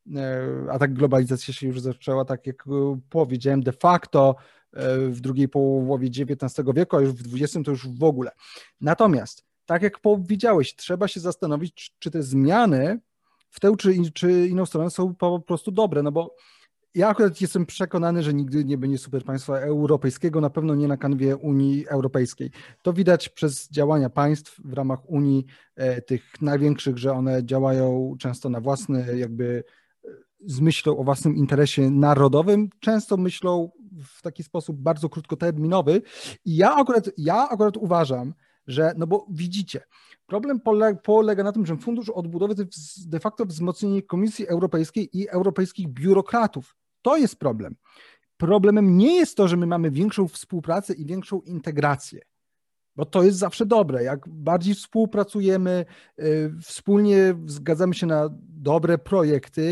A: A tak globalizacja się już zaczęła, tak jak powiedziałem, de facto w drugiej połowie dziewiętnastego wieku, a już w dwudziestym to już w ogóle. Natomiast, tak jak powiedziałeś, trzeba się zastanowić, czy, czy te zmiany w tę czy, czy inną stronę są po prostu dobre, no bo ja akurat jestem przekonany, że nigdy nie będzie super państwa europejskiego, na pewno nie na kanwie Unii Europejskiej. To widać przez działania państw w ramach Unii, tych największych, że one działają często na własny, jakby z myślą o własnym interesie narodowym, często myślą w taki sposób bardzo krótkoterminowy. I ja akurat, ja akurat uważam, że, no bo widzicie, problem polega, polega na tym, że Fundusz Odbudowy to jest de facto wzmocnienie Komisji Europejskiej i europejskich biurokratów. To jest problem. Problemem nie jest to, że my mamy większą współpracę i większą integrację, bo to jest zawsze dobre. Jak bardziej współpracujemy, wspólnie zgadzamy się na dobre projekty,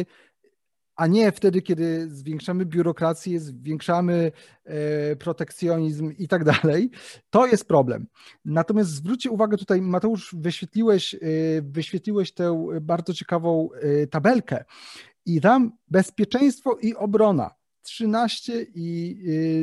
A: a nie wtedy, kiedy zwiększamy biurokrację, zwiększamy protekcjonizm i tak dalej, to jest problem. Natomiast zwróćcie uwagę tutaj, Mateusz, wyświetliłeś, wyświetliłeś tę bardzo ciekawą tabelkę i tam bezpieczeństwo i obrona trzynaście i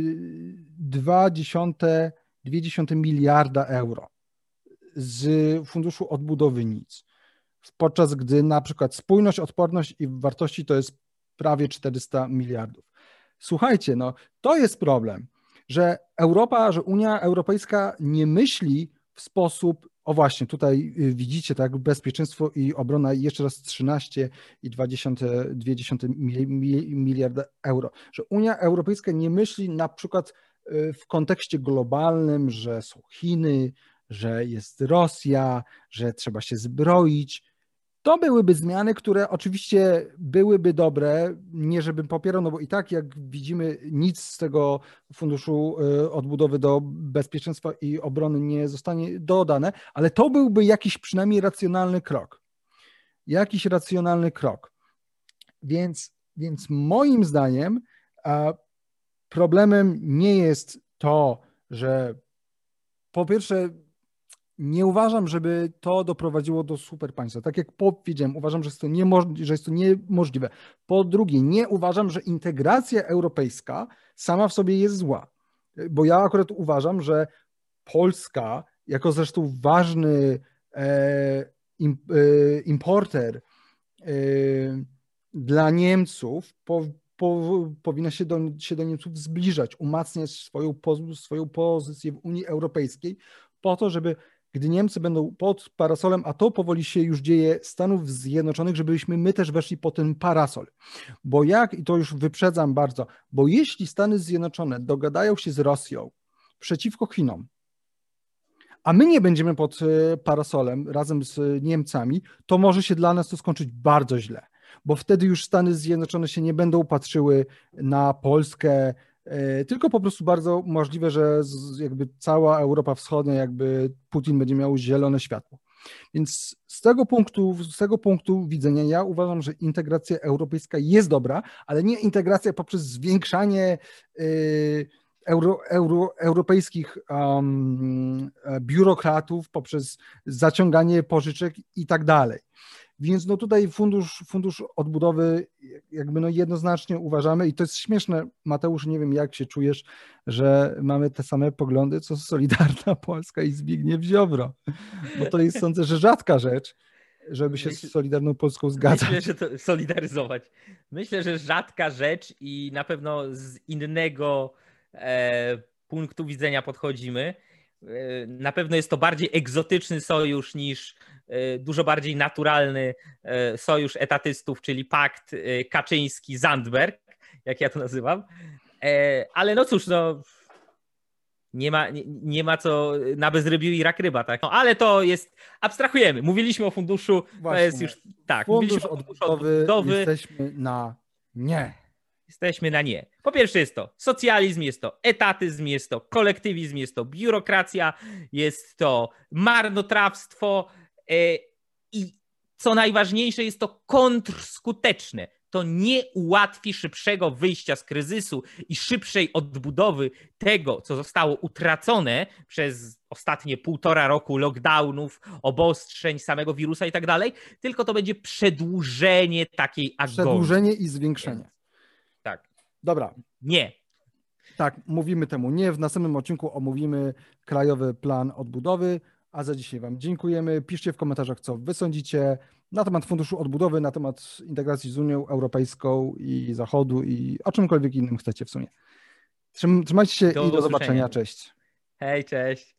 A: dwa dziesiąte miliarda euro z Funduszu Odbudowy nic. Podczas gdy na przykład spójność, odporność i wartości to jest prawie czterysta miliardów. Słuchajcie, no to jest problem, że Europa, że Unia Europejska nie myśli w sposób, o właśnie, tutaj widzicie, tak, bezpieczeństwo i obrona jeszcze raz trzynaście i dwa dziesiąte miliarda euro, że Unia Europejska nie myśli na przykład w kontekście globalnym, że są Chiny, że jest Rosja, że trzeba się zbroić. To byłyby zmiany, które oczywiście byłyby dobre, nie żebym popierał, no bo i tak jak widzimy nic z tego Funduszu Odbudowy do bezpieczeństwa i obrony nie zostanie dodane, ale to byłby jakiś przynajmniej racjonalny krok. Jakiś racjonalny krok. Więc, więc moim zdaniem problemem nie jest to, że po pierwsze nie uważam, żeby to doprowadziło do super państwa. Tak jak powiedziałem, uważam, że jest to niemożliwe, że jest to niemożliwe. Po drugie, nie uważam, że integracja europejska sama w sobie jest zła. Bo ja akurat uważam, że Polska, jako zresztą ważny e, im, e, importer e, dla Niemców, po, po, powinna się do, się do Niemców zbliżać, umacniać swoją, swoją pozycję w Unii Europejskiej po to, żeby gdy Niemcy będą pod parasolem, a to powoli się już dzieje, Stanów Zjednoczonych, żebyśmy my też weszli pod ten parasol. Bo jak, i to już wyprzedzam bardzo, bo jeśli Stany Zjednoczone dogadają się z Rosją przeciwko Chinom, a my nie będziemy pod parasolem razem z Niemcami, to może się dla nas to skończyć bardzo źle, bo wtedy już Stany Zjednoczone się nie będą patrzyły na Polskę, tylko po prostu bardzo możliwe, że jakby cała Europa Wschodnia, jakby Putin będzie miał zielone światło. Więc z tego punktu, z tego punktu widzenia ja uważam, że integracja europejska jest dobra, ale nie integracja poprzez zwiększanie euro, euro, europejskich um, biurokratów, poprzez zaciąganie pożyczek i tak dalej. Więc no tutaj fundusz, fundusz odbudowy jakby no jednoznacznie uważamy i to jest śmieszne, Mateusz, nie wiem jak się czujesz, że mamy te same poglądy, co Solidarna Polska i Zbigniew Ziobro, bo to jest sądzę, że rzadka rzecz, żeby się
B: Myśl,
A: z Solidarną Polską zgadzać.
B: Myślę, że to solidaryzować. Myślę, że rzadka rzecz i na pewno z innego e, punktu widzenia podchodzimy. E, na pewno jest to bardziej egzotyczny sojusz niż e, dużo bardziej naturalny e, sojusz etatystów, czyli pakt e, Kaczyński-Zandberg, jak ja to nazywam. E, ale no cóż, no nie ma, nie, nie ma co na bezrybiu i rak ryba, tak? No, ale to jest, abstrahujemy. Mówiliśmy o funduszu,
A: Właśnie.
B: to jest już, tak.
A: Fundusz odbudowy, odbudowy, jesteśmy na nie.
B: Jesteśmy na nie. Po pierwsze jest to socjalizm, jest to etatyzm, jest to kolektywizm, jest to biurokracja, jest to marnotrawstwo yy, i co najważniejsze jest to kontrskuteczne. To nie ułatwi szybszego wyjścia z kryzysu i szybszej odbudowy tego, co zostało utracone przez ostatnie półtora roku lockdownów, obostrzeń, samego wirusa i tak dalej, tylko to będzie przedłużenie takiej agonii.
A: Przedłużenie i zwiększenie.
B: Więc, tak.
A: Dobra.
B: Nie.
A: Tak, mówimy temu nie. W następnym odcinku omówimy Krajowy Plan Odbudowy, a za dzisiaj Wam dziękujemy. Piszcie w komentarzach, co Wy sądzicie na temat Funduszu Odbudowy, na temat integracji z Unią Europejską i Zachodu i o czymkolwiek innym chcecie w sumie. Trzymajcie się
B: Do
A: i do
B: usłyszenia.
A: zobaczenia. Cześć.
B: Hej, cześć.